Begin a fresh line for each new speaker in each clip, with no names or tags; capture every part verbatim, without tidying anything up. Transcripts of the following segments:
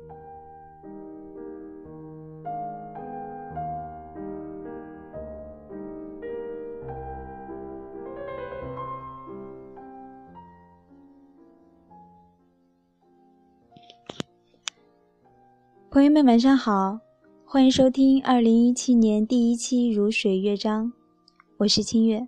朋友们晚上好，欢迎收听二零一七年第一期如水乐章，我是清月。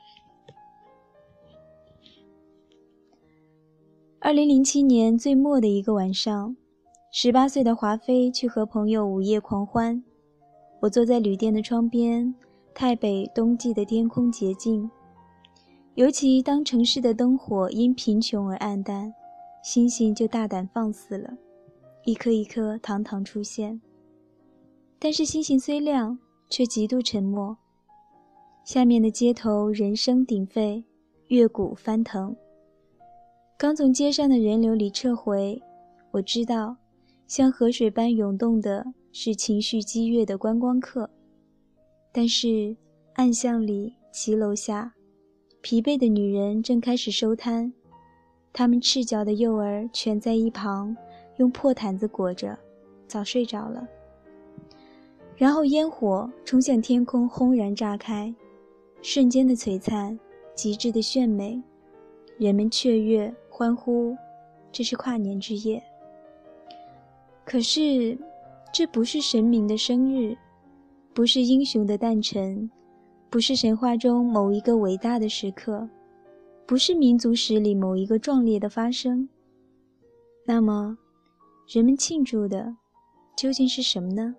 二零零七年最末的一个晚上，十八岁的华妃去和朋友午夜狂欢，我坐在旅店的窗边，太北冬季的天空洁净，尤其当城市的灯火因贫穷而暗淡，星星就大胆放肆了，一颗一颗堂堂出现。但是星星虽亮，却极度沉默。下面的街头人声鼎沸，乐鼓翻腾。刚从街上的人流里撤回，我知道像河水般涌动的是情绪激越的观光客。但是暗巷里骑楼下，疲惫的女人正开始收摊，她们赤脚的幼儿蜷在一旁，用破毯子裹着，早睡着了。然后烟火冲向天空，轰然炸开，瞬间的璀璨，极致的炫美，人们雀跃欢呼，这是跨年之夜。可是这不是神明的生日，不是英雄的诞辰，不是神话中某一个伟大的时刻，不是民族史里某一个壮烈的发生。那么人们庆祝的究竟是什么呢？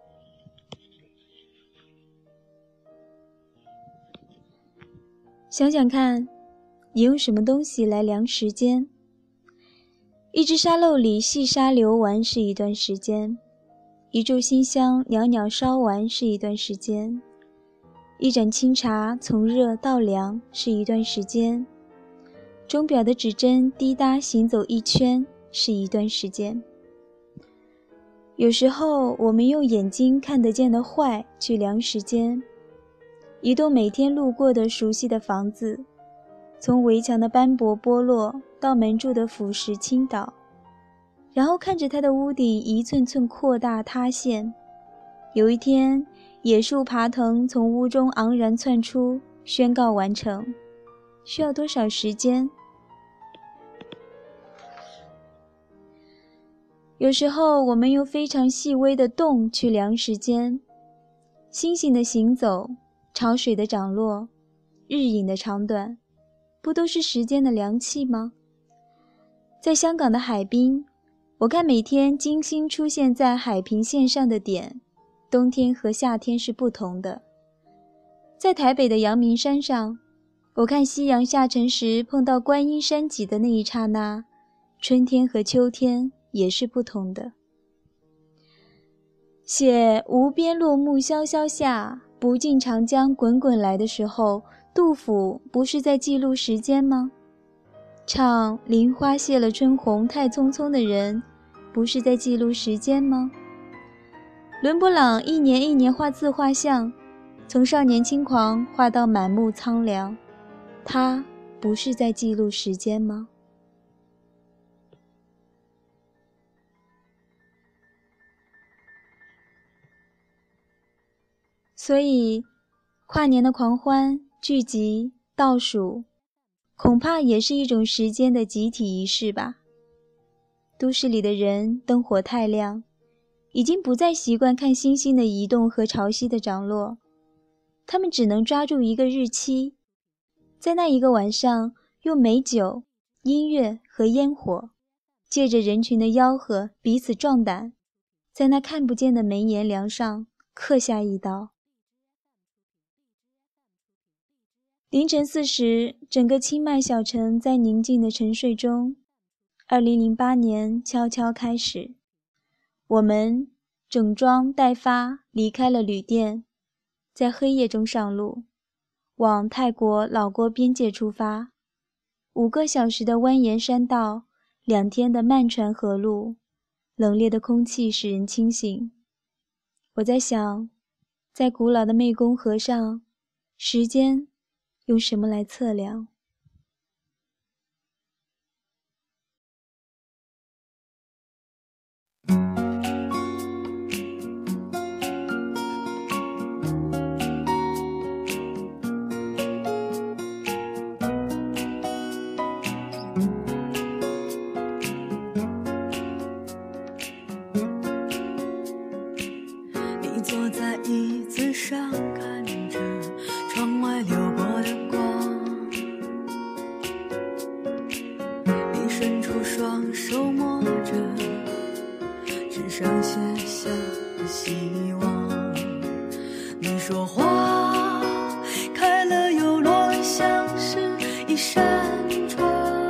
想想看，你用什么东西来量时间？一只沙漏里细沙流完是一段时间，一炷馨香袅袅烧完是一段时间，一盏清茶从热到凉是一段时间，钟表的指针滴答行走一圈是一段时间。有时候我们用眼睛看得见的坏去量时间，一栋每天路过的熟悉的房子，从围墙的斑驳剥落到门柱的腐蚀倾倒，然后看着它的屋顶一寸寸扩大塌陷。有一天野树爬藤从屋中昂然窜出，宣告完成，需要多少时间？有时候我们用非常细微的动去量时间，星星的行走，潮水的涨落，日影的长短，不都是时间的量器吗？在香港的海滨，我看每天金星出现在海平线上的点，冬天和夏天是不同的。在台北的阳明山上，我看夕阳下沉时碰到观音山脊的那一刹那，春天和秋天也是不同的。写无边落木萧萧下，不尽长江滚滚来的时候，杜甫不是在记录时间吗？唱林花谢了春红太匆匆的人，不是在记录时间吗？伦勃朗一年一年画自画像，从少年轻狂画到满目苍凉，他不是在记录时间吗？所以跨年的狂欢、聚集、倒数，恐怕也是一种时间的集体仪式吧。都市里的人灯火太亮，已经不再习惯看星星的移动和潮汐的涨落，他们只能抓住一个日期，在那一个晚上，用美酒、音乐和烟火，借着人群的吆喝彼此壮胆，在那看不见的门檐梁上刻下一刀。凌晨四时，整个清迈小城在宁静的沉睡中。二零零八年悄悄开始，我们整装待发离开了旅店，在黑夜中上路，往泰国老挝边界出发。五个小时的蜿蜒山道，两天的漫船河路，冷冽的空气使人清醒。我在想，在古老的湄公河上，时间用什么来测量？
手摸着，只剩写下的希望。你说花开了又落，像是一扇窗，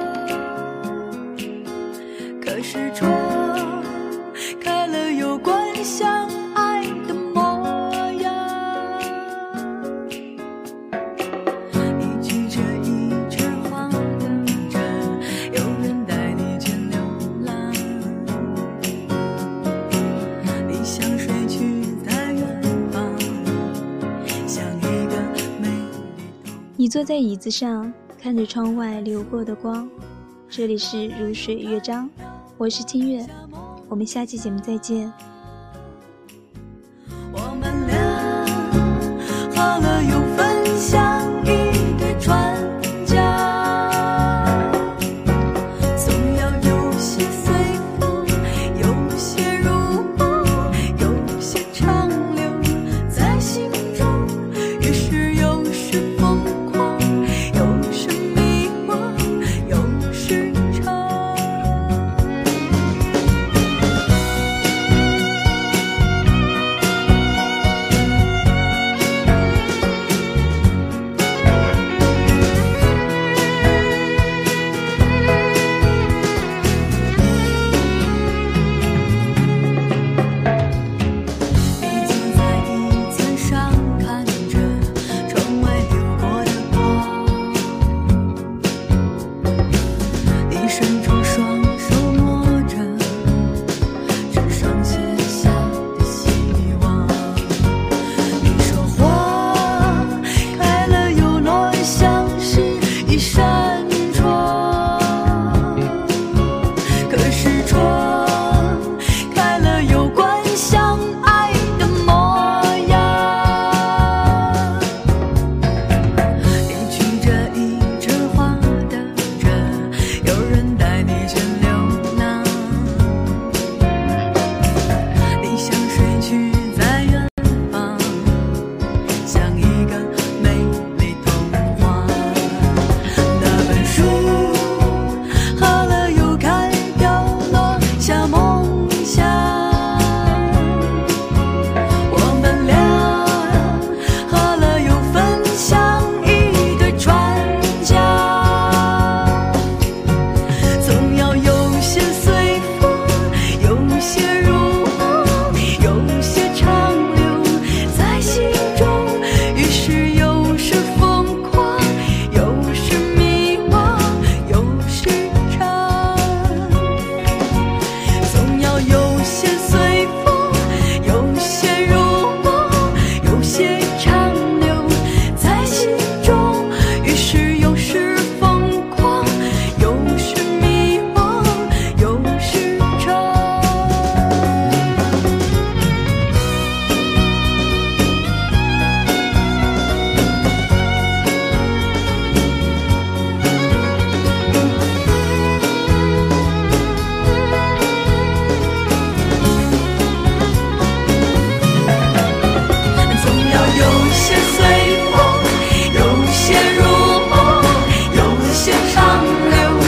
可是窗开了又关，像爱的模样。你举着一枝花的针，有人带你去流浪。你像水去在远方，像一个美丽童。
你坐在椅子上，看着窗外流过的光。这里是如水乐章，我是清月，我们下期节目再见。
我们俩喝了又分享一对船桨，总要有些随风，有些如梦，有些长留在心中，于是有时疯狂，有时迷惘，有时长。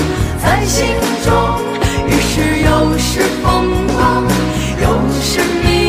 是疯狂，有时迷